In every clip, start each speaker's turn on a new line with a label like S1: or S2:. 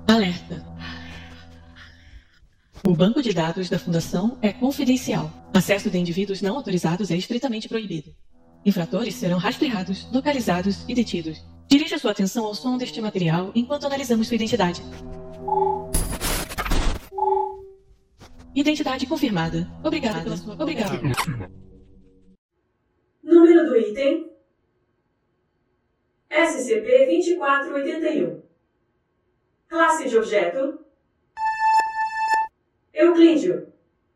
S1: Alerta. O banco de dados da Fundação é confidencial. Acesso de indivíduos não autorizados é estritamente proibido. Infratores serão rastreados, localizados e detidos. Dirija sua atenção ao som deste material enquanto analisamos sua identidade. Identidade confirmada. Obrigada pela sua... Obrigado.
S2: Número do item: SCP-2481. Classe de objeto: Euclídeo.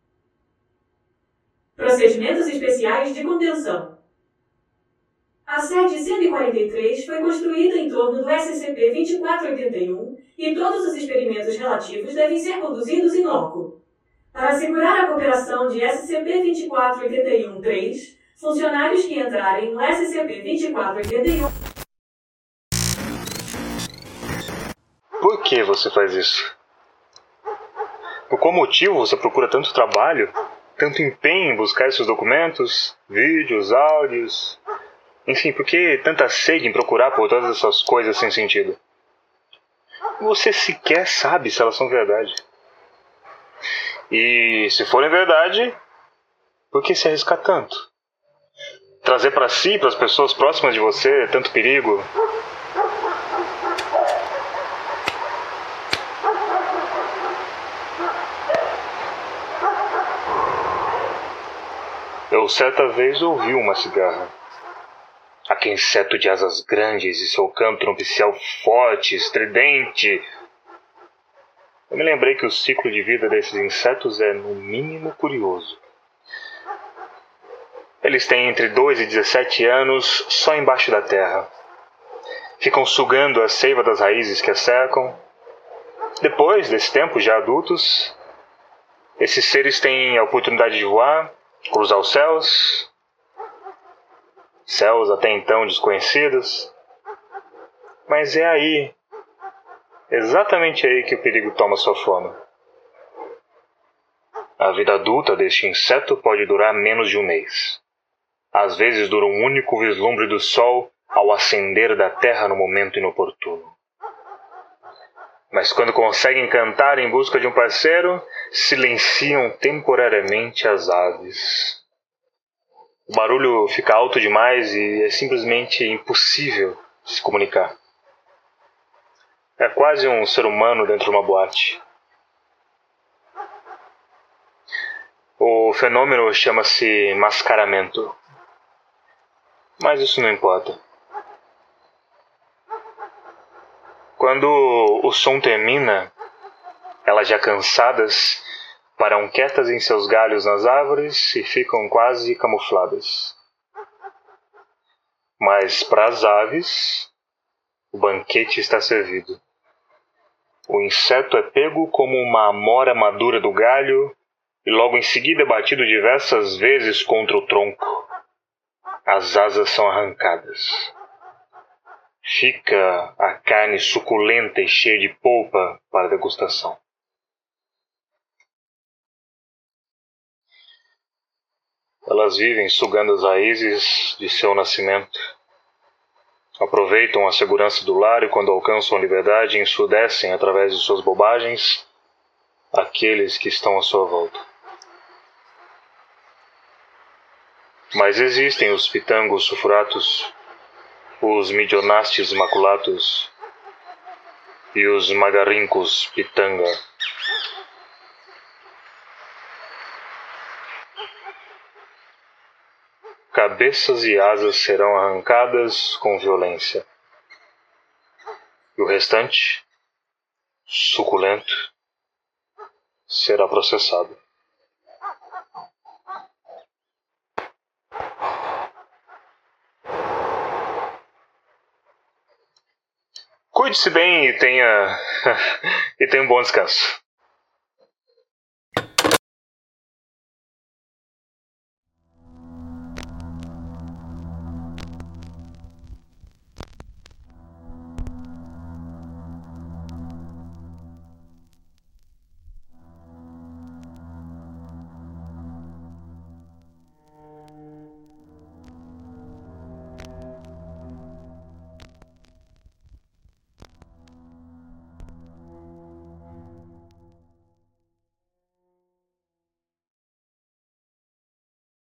S2: Procedimentos especiais de contenção. A sede 143 foi construída em torno do SCP-2481 e todos os experimentos relativos devem ser conduzidos in loco. Para assegurar a cooperação de SCP-2481-3, funcionários que entrarem no SCP-2481...
S3: Por que você faz isso? Por qual motivo você procura tanto trabalho, tanto empenho em buscar esses documentos, vídeos, áudios? Enfim, por que tanta sede em procurar por todas essas coisas sem sentido? Você sequer sabe se elas são verdade. E se forem verdade, por que se arriscar tanto? Trazer para si, para as pessoas próximas de você, tanto perigo? Eu certa vez ouvi uma cigarra. Aquele inseto de asas grandes e seu canto trompicial forte, estridente. Eu me lembrei que o ciclo de vida desses insetos é, no mínimo, curioso. Eles têm entre 2 e 17 anos só embaixo da terra. Ficam sugando a seiva das raízes que a cercam. Depois desse tempo, já adultos, esses seres têm a oportunidade de voar, cruzar os céus até então desconhecidos. Mas é aí, exatamente aí, que o perigo toma sua forma. A vida adulta deste inseto pode durar menos de um mês. Às vezes dura um único vislumbre do sol ao ascender da terra no momento inoportuno. Mas quando conseguem cantar em busca de um parceiro, silenciam temporariamente as aves. O barulho fica alto demais e é simplesmente impossível se comunicar. É quase um ser humano dentro de uma boate. O fenômeno chama-se mascaramento. Mas isso não importa. Quando o som termina, elas já cansadas param quietas em seus galhos nas árvores e ficam quase camufladas. Mas para as aves, o banquete está servido. O inseto é pego como uma amora madura do galho e logo em seguida é batido diversas vezes contra o tronco. As asas são arrancadas. Fica a carne suculenta e cheia de polpa para degustação. Elas vivem sugando as raízes de seu nascimento. Aproveitam a segurança do lar e, quando alcançam a liberdade, ensurdecem através de suas bobagens aqueles que estão à sua volta. Mas existem os pitangos sulfuratos, os midionastes maculatos e os magarincos pitanga. Cabeças e asas serão arrancadas com violência. E o restante, suculento, será processado. Cuide-se bem e tenha um bom descanso.